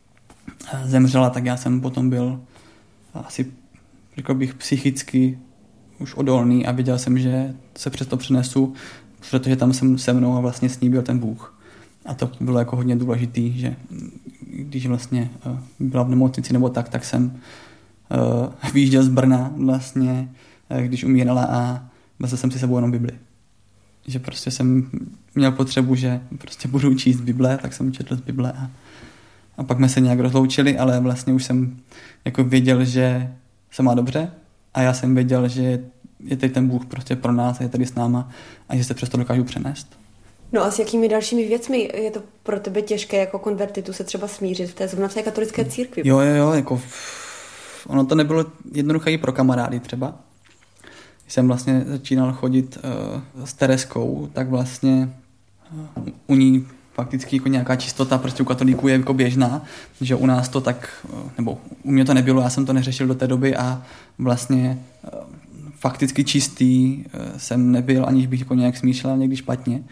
uh, zemřela, tak já jsem potom byl asi, řekl bych, psychicky už odolný a věděl jsem, že se přes to přenesu, protože tam jsem se mnou a vlastně s ní byl ten Bůh. A to bylo jako hodně důležitý, že když vlastně uh, byla v nemocnici nebo tak, tak jsem uh, vyjížděl z Brna vlastně, uh, když umírala a vezl jsem si sebou jenom Bibli. Že prostě jsem měl potřebu, že prostě budu číst Bible, tak jsem četl z Bible a, a pak jsme se nějak rozloučili, ale vlastně už jsem jako věděl, že se má dobře a já jsem věděl, že je tady ten Bůh prostě pro nás a je tady s náma a že se přesto dokážu přenést. No a s jakými dalšími věcmi je to pro tebe těžké jako konvertitu se třeba smířit v té zrovna v té katolické církvi? Jo, jo, jo, jako ono to nebylo jednoduché i pro kamarády třeba. Když jsem vlastně začínal chodit uh, s Tereskou, tak vlastně uh, u ní fakticky jako nějaká čistota prostě u katolíků je jako běžná, že u nás to tak, uh, nebo u mě to nebylo, já jsem to neřešil do té doby a vlastně uh, fakticky čistý uh, jsem nebyl, aniž bych jako nějak smýšlel někdy špatně.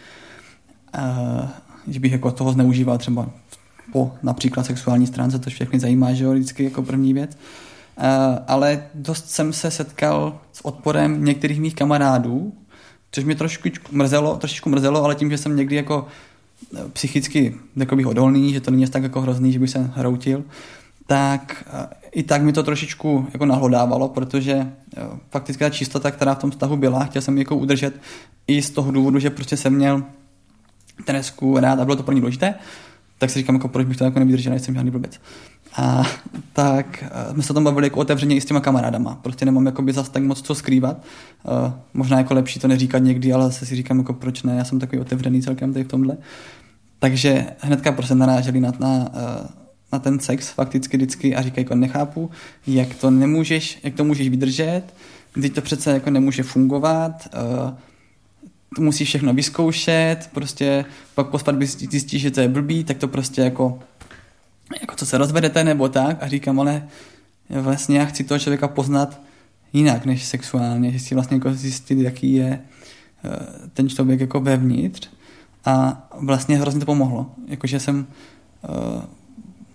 Uh, že bych jako toho zneužíval třeba po například sexuální stránce, to všechny zajímá, že jo, vždycky jako první věc. Uh, ale dost jsem se setkal s odporem některých mých kamarádů, což mě trošku mrzelo, trošičku mrzelo, ale tím, že jsem někdy jako psychicky takový odolný, že to není tak jako hrozný, že bych se hroutil, tak uh, i tak mi to trošičku jako nahlodávalo, protože uh, fakticky ta čistota, která v tom vztahu byla, chtěl jsem ji jako udržet i z toho důvodu, že prostě jsem měl Teresku rád a bylo to pro ní důležité, tak si říkám, jako proč bych to jako nevydržel, nejsem žádný blbec. A tak uh, jsme se o tom bavili jako otevřeně i s těma kamarádama. Prostě nemám jakoby zas tak moc co skrývat. Uh, možná jako lepší to neříkat někdy, ale zase si říkám, jako proč ne, já jsem takový otevřený celkem tady v tomhle. Takže hnedka prostě naráželi na, na, uh, na ten sex fakticky vždycky a říkají, jako nechápu, jak to nemůžeš, jak to můžeš vydržet, když to přece jako nemůže fungovat, uh, to musíš všechno vyzkoušet, prostě pak po svatbě zjistíš, že to je blbý, tak to prostě jako jako co se rozvedete nebo tak a říkám, ale vlastně já chci toho člověka poznat jinak než sexuálně, že si vlastně jako zjistit, jaký je ten člověk jako vevnitř a vlastně hrozně to pomohlo, jakože jsem uh,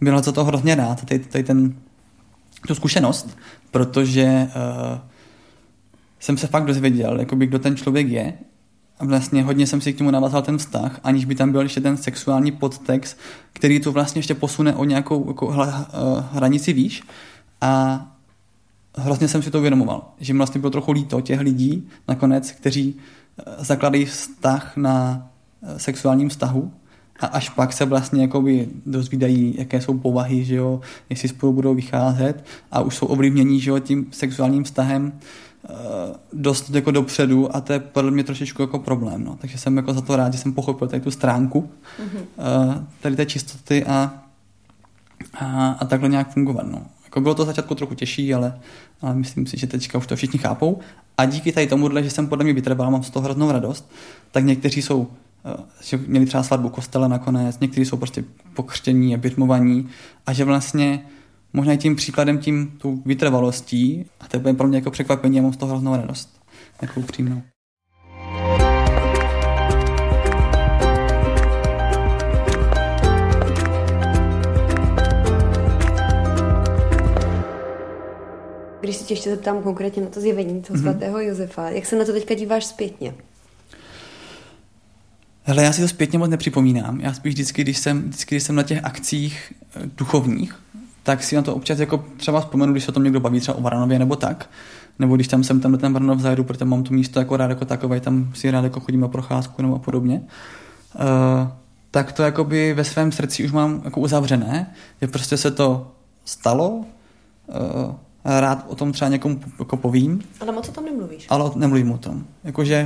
byl za to hrozně rád, tady, tady ten, tu zkušenost, protože uh, jsem se fakt dozvěděl, jakoby, kdo ten člověk je. A vlastně hodně jsem si k němu navázal ten vztah, aniž by tam byl ještě ten sexuální podtext, který to vlastně ještě posune o nějakou jako, hla, uh, hranici výš. A hrozně jsem si to uvědomoval, že mi vlastně bylo trochu líto těch lidí nakonec, kteří uh, zakladají vztah na uh, sexuálním vztahu a až pak se vlastně jakoby dozvídají, jaké jsou povahy, že jo, jestli spolu budou vycházet a už jsou ovlivnění, že jo, tím sexuálním vztahem dost jako dopředu a to je podle mě trošičku jako problém, no. Takže jsem jako za to rád, že jsem pochopil tady tu stránku mm-hmm. tady té čistoty a, a, a takhle nějak fungovat, no. Jako bylo to začátku trochu těžší, ale, ale myslím si, že teďka už to všichni chápou a díky tady tomuhle, že jsem podle mě vytrval, mám z toho hroznou radost, tak někteří jsou, že měli třeba svatbu kostele nakonec, někteří jsou prostě pokřtění a birmovaní a že vlastně možná i tím příkladem, tím tu vytrvalostí, a to je pro mě jako překvapení, já mám z toho hroznou radost, jako upřímnou. Když si tě ještě zeptám konkrétně na to zjevení toho svatého mm-hmm. Josefa, jak se na to teďka díváš zpětně? Hele, já si to zpětně moc nepřipomínám. Já spíš vždycky, když jsem, vždycky, když jsem na těch akcích duchovních, tak si na to občas jako třeba vzpomenu, když se o tom někdo baví třeba o Varanově nebo tak, nebo když tam jsem tam do ten Varanov zajedu, protože mám to místo jako rád jako takové, tam si rád jako chodím na procházku nebo podobně, uh, tak to jakoby ve svém srdci už mám jako uzavřené, že prostě se to stalo, uh, rád o tom třeba někomu jako povím. Ale moc o tom nemluvíš. Ale nemluvím o tom. Jakože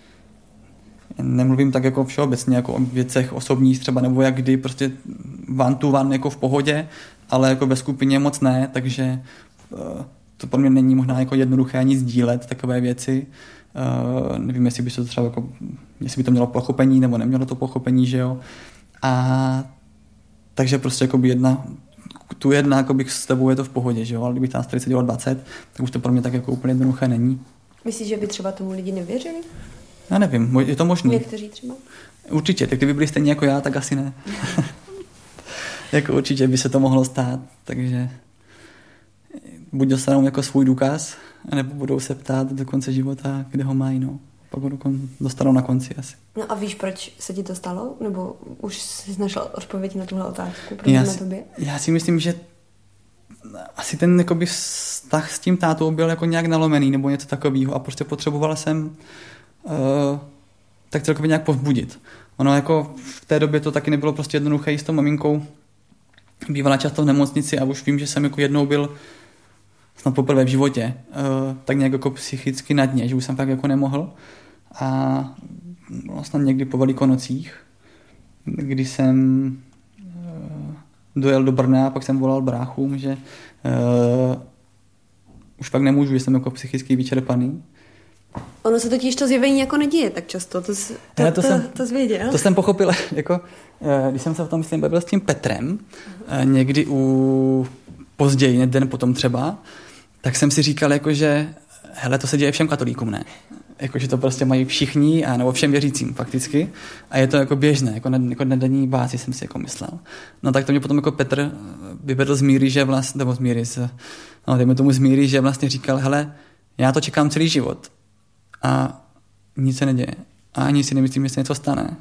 nemluvím tak jako všeobecně, jako o věcech osobních třeba, nebo jak kdy, prostě one to one jako v pohodě, ale jako ve skupině moc ne, takže uh, to pro mě není možná jako jednoduché ani sdílet takové věci. Uh, nevím, jestli by to třeba jako, jestli by to mělo pochopení, nebo nemělo to pochopení, že jo. A takže prostě jako by jedna, tu jedna jako bych s tebou je to v pohodě, že jo, ale kdyby tam tady sedělo dvacet, tak už to pro mě tak jako úplně jednoduché není. Myslíš, že by třeba tomu lidi nevěřili? Já nevím, je to možný. Někteří třeba? Určitě, tak kdyby byli stejně jako já, tak asi ne. Jako určitě by se to mohlo stát, takže buď dostanou jako svůj důkaz, nebo budou se ptát do konce života, kde ho mají, no. Pak ho dostanou na konci asi. No a víš, proč se ti to stalo? Nebo už jsi našel odpověď na tuhle otázku? Proč já na si, tobě? Já si myslím, že asi ten jakoby, vztah s tím tátou byl jako nějak nalomený, nebo něco takového a prostě potřebovala jsem uh, tak celkově nějak povzbudit. Ono jako v té době to taky nebylo prostě jednoduché s tou maminkou. Bývala často v nemocnici a už vím, že jsem jako jednou byl snad poprvé v životě uh, tak nějak jako psychicky na dně, že už jsem fakt jako nemohl. A vlastně někdy po Velikonocích, kdy jsem uh, dojel do Brna a pak jsem volal bráchům, že uh, už pak nemůžu, že jsem jako psychicky vyčerpaný. Ono se totiž to zjevení jako neděje tak často, to, to, to, to, jsem, to zvěděl. To jsem pochopil, jako, když jsem se o tom myslím bavil s tím Petrem, uh-huh. někdy u později, den potom třeba, tak jsem si říkal, jako, že hele, to se děje všem katolíkům, ne? Jako, že to prostě mají všichni, a nebo všem věřícím fakticky. A je to jako běžné, jako na, jako na denní bázi jsem si jako myslel. No tak to mě potom jako Petr vyvedl z míry, že vlastně, nebo z míry, z, no dejme tomu z míry, že vlastně říkal, hele, já to čekám celý život. A nic se neděje. A ani si nemyslím, že se něco stane.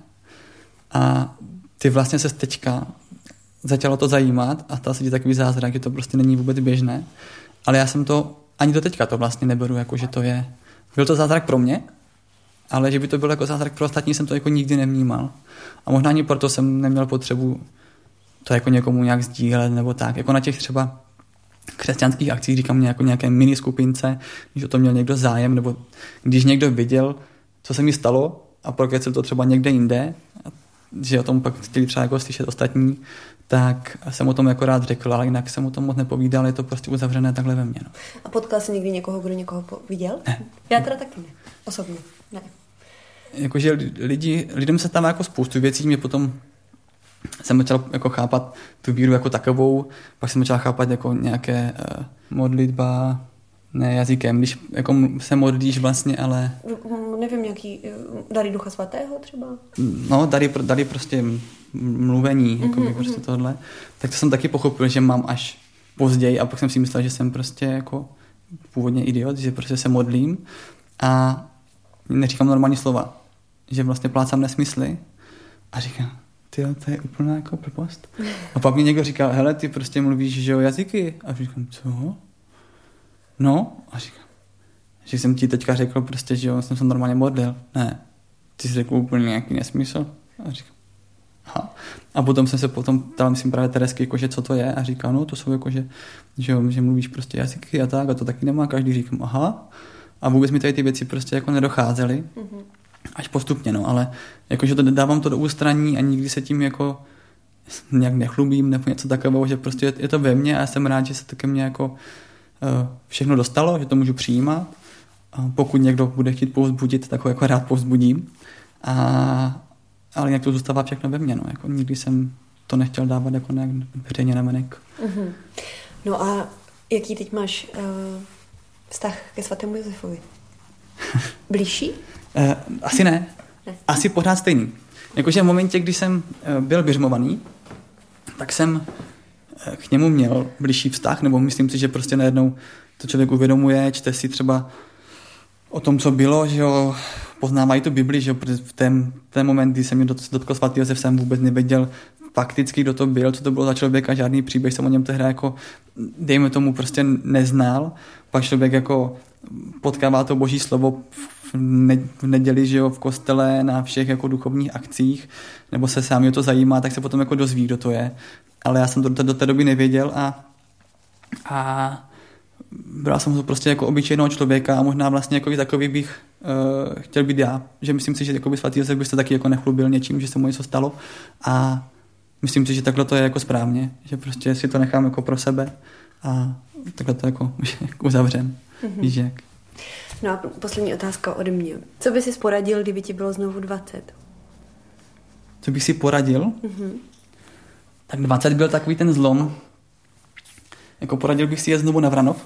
A ty vlastně se teďka začalo to zajímat a stal se ti takový zázrak, že to prostě není vůbec běžné. Ale já jsem to, ani do teďka to vlastně neberu, jako že to je, byl to zázrak pro mě, ale že by to byl jako zázrak pro ostatní, jsem to jako nikdy nevnímal. A možná ani proto jsem neměl potřebu to jako někomu nějak sdílet nebo tak. Jako na těch třeba křesťanských akcích, říkám jako nějaké mini skupince, když o to měl někdo zájem, nebo když někdo viděl, co se mi stalo a pokud se to třeba někde jinde, že o tom pak chtěli třeba jako slyšet ostatní, tak jsem o tom jako rád řekl, ale jinak jsem o tom moc nepovídal, je to prostě uzavřené takhle ve mně. No. A potkal jsi někdy někoho, kdo někoho viděl? Ne. Já teda taky ne, osobně, ne. Jakože lidi, lidem se stává jako spoustu věcí, mě potom jsem začal jako chápat tu víru jako takovou, pak jsem začal chápat jako nějaké uh, modlitba, Ne jazykem, když jako se modlíš vlastně, ale... Nevím, nějaký dary Ducha Svatého třeba? No, dary, dary prostě mluvení, jako mm-hmm. prostě tohle. Tak to jsem taky pochopil, že mám až později a pak jsem si myslel, že jsem prostě jako původně idiot, že prostě se modlím a neříkám normální slova, že vlastně plácám nesmysly a říkám, ty to je úplná jako blbost. A pak mi někdo říká, hele, ty prostě mluvíš, že o jazyky. A říkám, co? No, a říkám, že jsem ti teďka řekl prostě, že jo, jsem se normálně modlil. Ne, ty jsi řekl úplně nějaký nesmysl. A říkám, aha. A potom jsem se potom ptal, myslím právě Teresky, jakože co to je a říká, no to jsou jakože, že, jo, že mluvíš prostě jazyky a tak a to taky nemá každý. Říkám, aha. A vůbec mi tady ty věci prostě jako nedocházely. Mm-hmm. Až postupně, no, ale jakože to dávám to do ústraní a nikdy se tím jako nějak nechlubím nebo něco takového, že prostě je, je to ve mně a já jsem rád, že se to ke mně jako uh, všechno dostalo, že to můžu přijímat. A pokud někdo bude chtít povzbudit, tak ho jako rád povzbudím. A, ale nějak to zůstává všechno ve mně, no, jako nikdy jsem to nechtěl dávat jako nějak veřejně na venek. Mm-hmm. No a jaký teď máš uh, vztah ke svatému Josefovi? Blížší? Uh, asi ne. ne. Asi pořád stejný. Jakože v momentě, kdy jsem uh, byl běžmovaný, tak jsem uh, k němu měl blížší vztah, nebo myslím si, že prostě najednou to člověk uvědomuje, čte si třeba o tom, co bylo, že jo, poznávají tu Bibli, že jo, v ten, ten moment, kdy jsem mě dotkl svatý Josef, jsem vůbec nevěděl fakticky, kdo to byl, co to bylo za člověka, žádný příběh jsem o něm tehdy jako, dejme tomu, prostě neznal. Pak člověk jako potkává to boží slovo v, ne, v neděli, že jo, v kostele, na všech jako duchovních akcích, nebo se sám o to zajímá, tak se potom jako dozví, kdo to je. Ale já jsem to do té doby nevěděl a, a bral jsem to prostě jako obyčejného člověka a možná vlastně jako takový bych uh, chtěl být já. Že myslím si, že jako by svatý Josef byste taky jako nechlubil něčím, že se mu něco stalo a myslím si, že takhle to je jako správně, že prostě si to nechám jako pro sebe a takhle to jako uzavřem. Mm-hmm. Víš jak. No a poslední otázka ode mě. Co by si poradil, kdyby ti bylo znovu dvacet? Co bych si poradil? Mm-hmm. Tak dvacet byl takový ten zlom. Jako poradil bych si jet znovu na Vranov.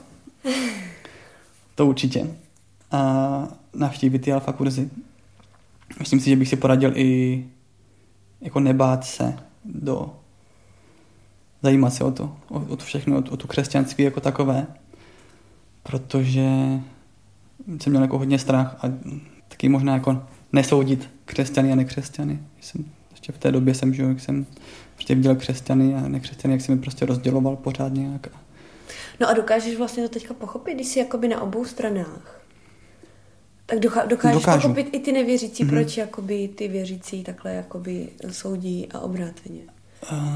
To určitě. A navštívit ty alfa kurzy. Myslím si, že bych si poradil i jako nebát se do zajímat se o to, o, o to všechno, o, o tu křesťanství jako takové. Protože jsem měl jako hodně strach a taky možná jako nesoudit křesťany a nekřesťany. Jsem, ještě v té době jsem, že jsem prostě viděl křesťany a nekřesťany, jak jsem je prostě rozděloval pořád nějak. No a dokážeš vlastně to teďka pochopit, když jsi jakoby na obou stranách? Tak doká- dokážeš Dokážu. pochopit i ty nevěřící, mm-hmm. proč jakoby ty věřící takhle jakoby soudí a obráceně? Uh,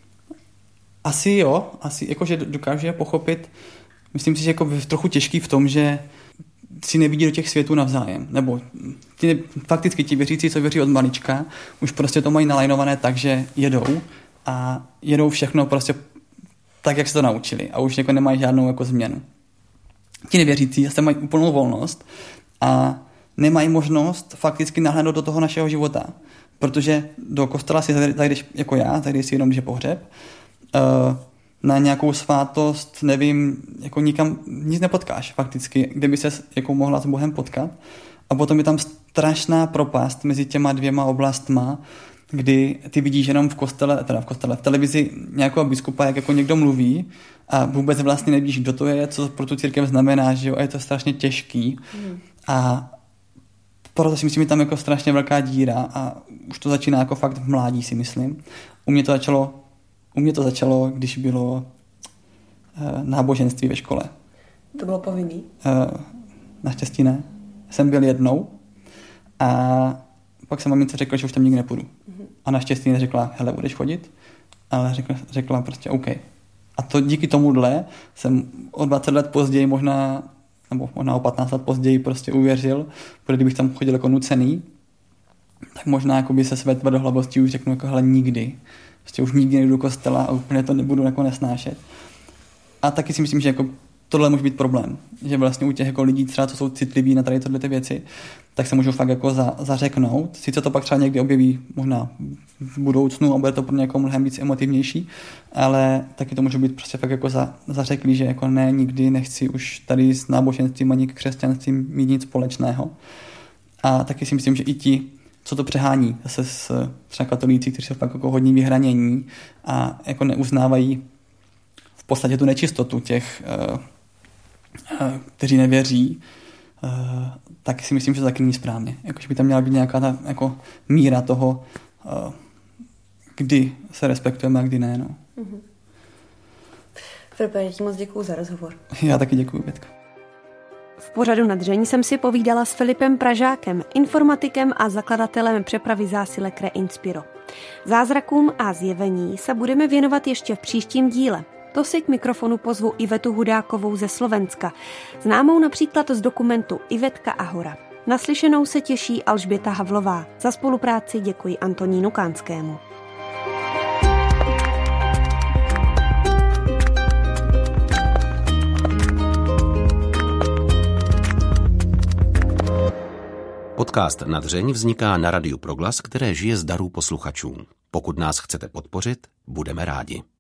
asi jo, asi jakože dokážu je pochopit. Myslím si, že jako trochu těžký v tom, že si nevidí do těch světů navzájem. Nebo ti, fakticky ti věřící, co věří od malička, už prostě to mají nalajnované tak, že jedou a jedou všechno prostě tak, jak se to naučili a už jako nemají žádnou jako změnu. Ti nevěřící zase mají úplnou volnost a nemají možnost fakticky nahlédnout do toho našeho života. Protože do kostela si zajdeš jako já, zajdeš si jenom, když je pohřeb, na nějakou svátost, nevím, jako nikam nic nepotkáš fakticky, kde by ses jako mohla s Bohem potkat. A potom je tam strašná propast mezi těma dvěma oblastma, kdy ty vidíš jenom v kostele, teda v kostele, v televizi nějakého biskupa, jak jako někdo mluví a vůbec vlastně nevíš, kdo to je, co pro tu církev znamená, že jo, a je to strašně těžký. Mm. A proto si myslím, že tam jako strašně velká díra a už to začíná jako fakt v mládí, si myslím. U mě to začalo, u mě to začalo, když bylo uh, náboženství ve škole. To bylo povinný? Uh, naštěstí ne. Jsem byl jednou a pak jsem mamince řekla, že už tam nikdy nepůjdu. Mm-hmm. A naštěstí neřekla, hele, budeš chodit? Ale řekla, řekla prostě OK. A to díky tomuhle jsem o dvacet let později možná, nebo možná o patnáct let později prostě uvěřil, protože kdybych tam chodil jako nucený, tak možná jako by se své tvrdohlavosti už řeknu jako hele nikdy. Prostě už nikdy nejdu do kostela a úplně to nebudu jako nesnášet. A taky si myslím, že jako tohle může být problém. Že vlastně u těch jako lidí třeba, co jsou citliví na tady tyhle ty věci, tak se můžou fakt jako za, zařeknout. Sice to pak třeba někdy objeví možná v budoucnu a bude to pro ně jako mnohem víc emotivnější, ale taky to může být prostě fakt jako za, zařeklý, že jako ne, nikdy nechci už tady s náboženstvím ani k křesťanstvím mít nic společného. A taky si myslím, že i ti, co to přehání zase s třeba katolíci, kteří jsou fakt jako hodně vyhranění a jako neuznávají v podstatě tu nečistotu těch, uh, uh, kteří nevěří, uh, tak si myslím, že to taky není správně. Jako, že by tam měla být nějaká ta jako míra toho, uh, kdy se respektujeme a kdy ne. No. Mm-hmm. Filipe, já ti moc děkuju za rozhovor. Já taky děkuju, Bětka. V pořadu Na dřeň jsem si povídala s Filipem Pražákem, informatikem a zakladatelem přepravy zásilek Reinspiro. Zázrakům a zjevení se budeme věnovat ještě v příštím díle. To si k mikrofonu pozvu Ivetu Hudákovou ze Slovenska, známou například z dokumentu Ivetka a hora. Naslyšenou se těší Alžběta Havlová. Za spolupráci děkuji Antonínu Kánskému. Podcast Na dřeň vzniká na Radiu Proglas, které žije z darů posluchačů. Pokud nás chcete podpořit, budeme rádi.